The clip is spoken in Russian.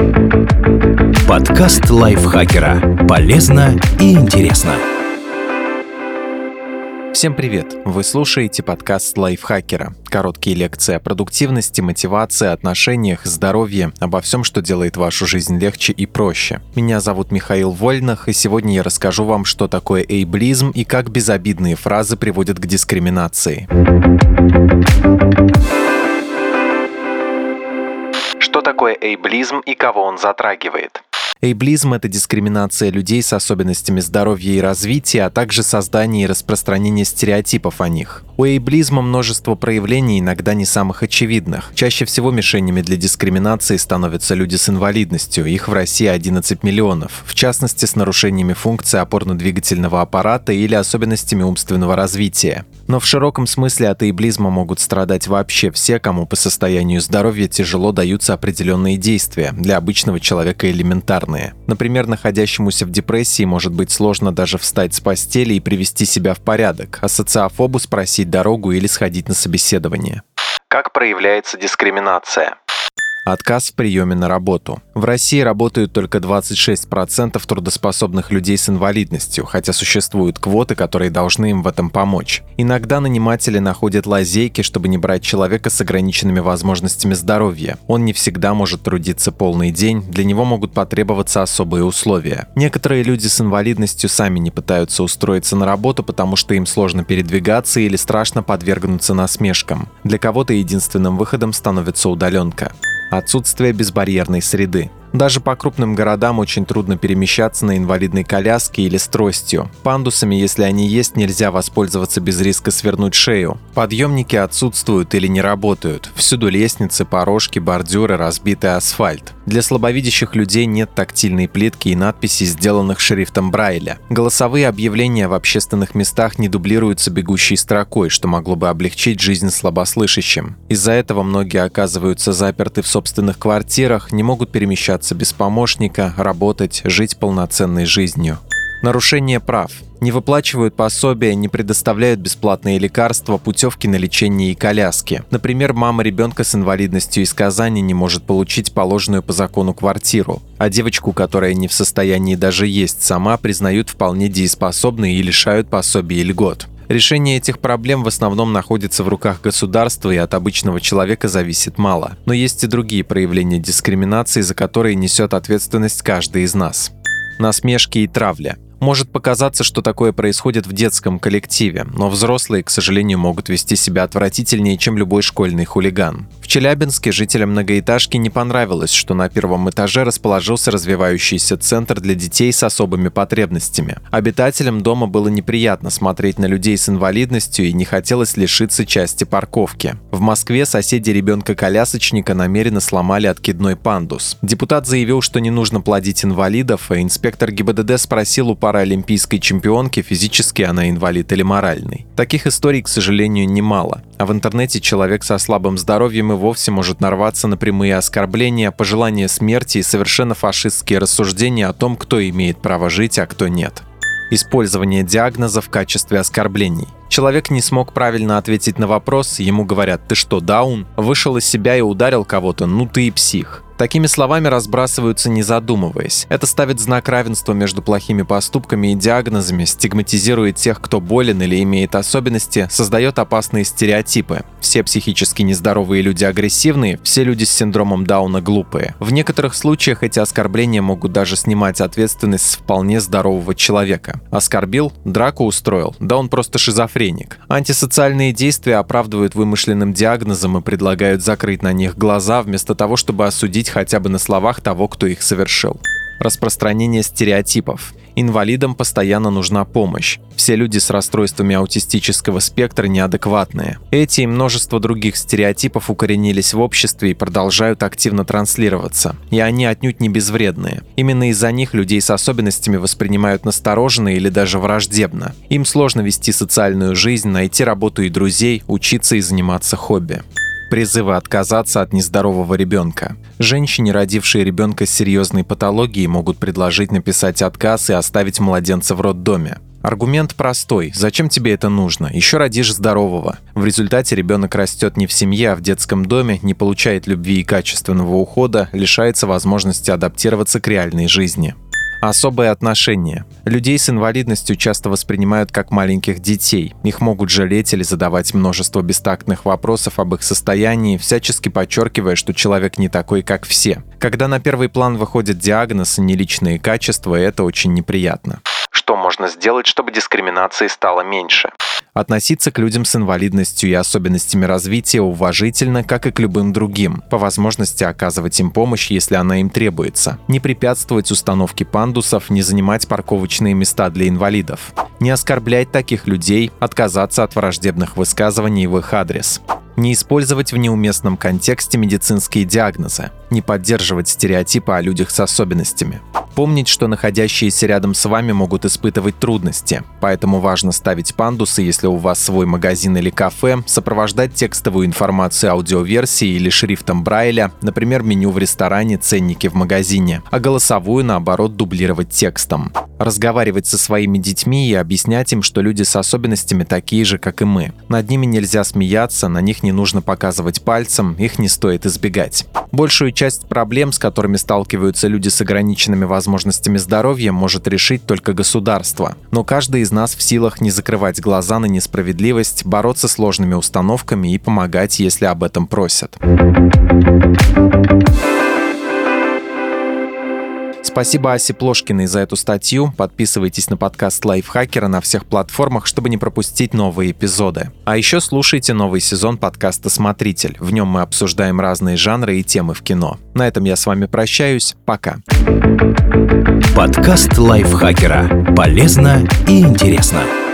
Подкаст лайфхакера. Полезно и интересно. Всем привет! Вы слушаете подкаст лайфхакера. Короткие лекции о продуктивности, мотивации, отношениях, здоровье, обо всем, что делает вашу жизнь легче и проще. Меня зовут Михаил Вольнах, и сегодня я расскажу вам, что такое эйблизм и как безобидные фразы приводят к дискриминации. Что такое эйблизм и кого он затрагивает? Эйблизм – это дискриминация людей с особенностями здоровья и развития, а также создание и распространение стереотипов о них. У эйблизма множество проявлений, иногда не самых очевидных. Чаще всего мишенями для дискриминации становятся люди с инвалидностью, их в России 11 миллионов, в частности с нарушениями функций опорно-двигательного аппарата или особенностями умственного развития. Но в широком смысле от эйблизма могут страдать вообще все, кому по состоянию здоровья тяжело даются определенные действия, для обычного человека элементарные. Например, находящемуся в депрессии может быть сложно даже встать с постели и привести себя в порядок, а социофобу спросить дорогу или сходить на собеседование. Как проявляется дискриминация? Отказ в приеме на работу. В России работают только 26% трудоспособных людей с инвалидностью, хотя существуют квоты, которые должны им в этом помочь. Иногда наниматели находят лазейки, чтобы не брать человека с ограниченными возможностями здоровья. Он не всегда может трудиться полный день, для него могут потребоваться особые условия. Некоторые люди с инвалидностью сами не пытаются устроиться на работу, потому что им сложно передвигаться или страшно подвергнуться насмешкам. Для кого-то единственным выходом становится удаленка. Отсутствие безбарьерной среды. Даже по крупным городам очень трудно перемещаться на инвалидной коляске или с тростью. Пандусами, если они есть, нельзя воспользоваться без риска свернуть шею. Подъемники отсутствуют или не работают. Всюду лестницы, порожки, бордюры, разбитый асфальт. Для слабовидящих людей нет тактильной плитки и надписей, сделанных шрифтом Брайля. Голосовые объявления в общественных местах не дублируются бегущей строкой, что могло бы облегчить жизнь слабослышащим. Из-за этого многие оказываются заперты в собственных квартирах, не могут перемещаться без помощника, работать, жить полноценной жизнью. Нарушение прав. Не выплачивают пособия, не предоставляют бесплатные лекарства, путевки на лечение и коляски. Например, мама ребенка с инвалидностью из Казани не может получить положенную по закону квартиру, а девочку, которая не в состоянии даже есть сама, признают вполне дееспособной и лишают пособий и льгот. Решение этих проблем в основном находится в руках государства и от обычного человека зависит мало. Но есть и другие проявления дискриминации, за которые несет ответственность каждый из нас. Насмешки и травля. Может показаться, что такое происходит в детском коллективе, но взрослые, к сожалению, могут вести себя отвратительнее, чем любой школьный хулиган. В Челябинске жителям многоэтажки не понравилось, что на первом этаже расположился развивающийся центр для детей с особыми потребностями. Обитателям дома было неприятно смотреть на людей с инвалидностью и не хотелось лишиться части парковки. В Москве соседи ребенка-колясочника намеренно сломали откидной пандус. Депутат заявил, что не нужно плодить инвалидов, а инспектор ГИБДД спросил у паралимпийской чемпионки, физически она инвалид или моральный. Таких историй, к сожалению, немало. А в интернете человек со слабым здоровьем и вовсе может нарваться на прямые оскорбления, пожелания смерти и совершенно фашистские рассуждения о том, кто имеет право жить, а кто нет. Использование диагноза в качестве оскорблений. Человек не смог правильно ответить на вопрос, ему говорят: «Ты что, даун? Вышел из себя и ударил кого-то? Ну ты и псих». Такими словами разбрасываются, не задумываясь. Это ставит знак равенства между плохими поступками и диагнозами, стигматизирует тех, кто болен или имеет особенности, создает опасные стереотипы. Все психически нездоровые люди агрессивные, все люди с синдромом Дауна глупые. В некоторых случаях эти оскорбления могут даже снимать ответственность с вполне здорового человека. Оскорбил? Драку устроил? Да он просто шизофреник. Антисоциальные действия оправдывают вымышленным диагнозом и предлагают закрыть на них глаза, вместо того, чтобы осудить хотя бы на словах того, кто их совершил. Распространение стереотипов. Инвалидам постоянно нужна помощь. Все люди с расстройствами аутистического спектра неадекватные. Эти и множество других стереотипов укоренились в обществе и продолжают активно транслироваться. И они отнюдь не безвредные. Именно из-за них людей с особенностями воспринимают настороженно или даже враждебно. Им сложно вести социальную жизнь, найти работу и друзей, учиться и заниматься хобби. Призывы отказаться от нездорового ребенка. Женщине, родившей ребенка с серьезной патологией, могут предложить написать отказ и оставить младенца в роддоме. Аргумент простой. Зачем тебе это нужно? Еще родишь здорового. В результате ребенок растет не в семье, а в детском доме, не получает любви и качественного ухода, лишается возможности адаптироваться к реальной жизни. Особое отношение. Людей с инвалидностью часто воспринимают как маленьких детей. Их могут жалеть или задавать множество бестактных вопросов об их состоянии, всячески подчеркивая, что человек не такой, как все. Когда на первый план выходит диагноз, а не личные качества, это очень неприятно. Что можно сделать, чтобы дискриминации стало меньше? Относиться к людям с инвалидностью и особенностями развития уважительно, как и к любым другим. По возможности оказывать им помощь, если она им требуется. Не препятствовать установке пандусов, не занимать парковочные места для инвалидов. Не оскорблять таких людей, отказаться от враждебных высказываний в их адрес. Не использовать в неуместном контексте медицинские диагнозы. Не поддерживать стереотипы о людях с особенностями. Помнить, что находящиеся рядом с вами могут испытывать трудности. Поэтому важно ставить пандусы, если у вас свой магазин или кафе, сопровождать текстовую информацию аудиоверсией или шрифтом Брайля, например, меню в ресторане, ценники в магазине, а голосовую, наоборот, дублировать текстом. Разговаривать со своими детьми и объяснять им, что люди с особенностями такие же, как и мы. Над ними нельзя смеяться, на них не нужно показывать пальцем, их не стоит избегать. Большую часть проблем, с которыми сталкиваются люди с ограниченными возможностями здоровья, может решить только государство. Но каждый из нас в силах не закрывать глаза на несправедливость, бороться с сложными установками и помогать, если об этом просят. Спасибо Асе Плошкиной за эту статью. Подписывайтесь на подкаст Лайфхакера на всех платформах, чтобы не пропустить новые эпизоды. А еще слушайте новый сезон подкаста «Смотритель». В нем мы обсуждаем разные жанры и темы в кино. На этом я с вами прощаюсь. Пока. Подкаст Лайфхакера. Полезно и интересно.